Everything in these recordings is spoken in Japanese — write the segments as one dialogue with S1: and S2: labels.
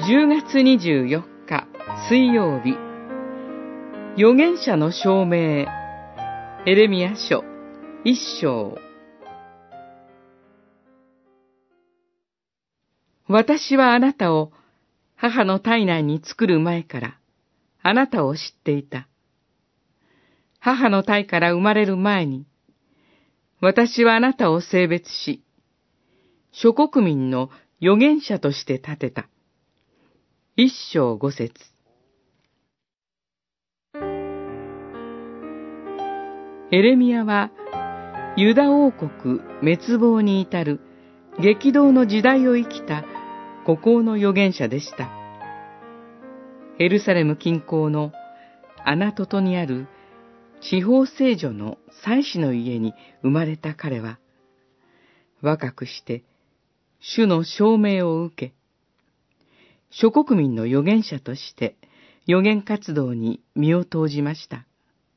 S1: 10月24日水曜日、預言者の証明、エレミヤ書1章。私はあなたを母の体内に作る前からあなたを知っていた。母の体から生まれる前に、私はあなたを性別し、諸国民の預言者として立てた。1章5節。エレミヤは、ユダ王国滅亡に至る激動の時代を生きた孤高の預言者でした。エルサレム近郊のアナトトにある地方聖女の祭司の家に生まれた彼は、若くして主の証明を受け、諸国民の預言者として預言活動に身を投じました。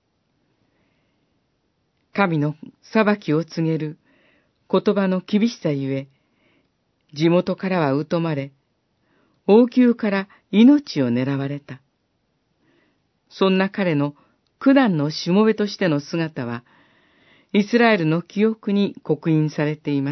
S1: 神の裁きを告げる言葉の厳しさゆえ、地元からは疎まれ、王宮から命を狙われた。そんな彼の苦難のしもべとしての姿は、イスラエルの記憶に刻印されています。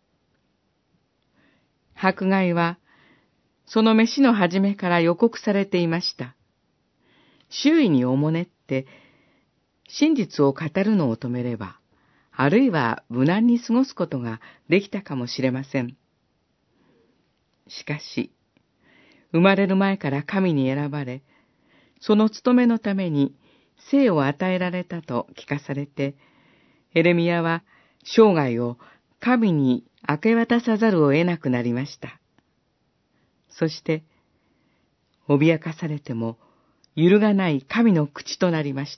S1: 迫害は、その飯の始めから予告されていました。周囲におもねって、真実を語るのを止めれば、あるいは無難に過ごすことができたかもしれません。しかし、生まれる前から神に選ばれ、その務めのために生を与えられたと聞かされて、エレミヤは生涯を神に明け渡さざるを得なくなりました。そして、脅かされても揺るがない神の口となりました。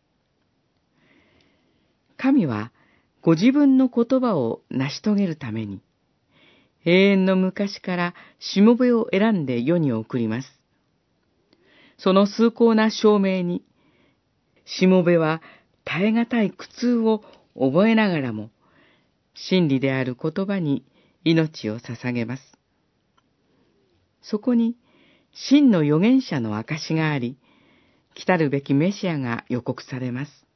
S1: 神はご自分の言葉を成し遂げるために、永遠の昔からしもべを選んで世に送ります。その崇高な証明に、しもべは耐え難い苦痛を覚えながらも、真理である言葉に命を捧げます。そこに、真の預言者の証があり、来たるべきメシアが予告されます。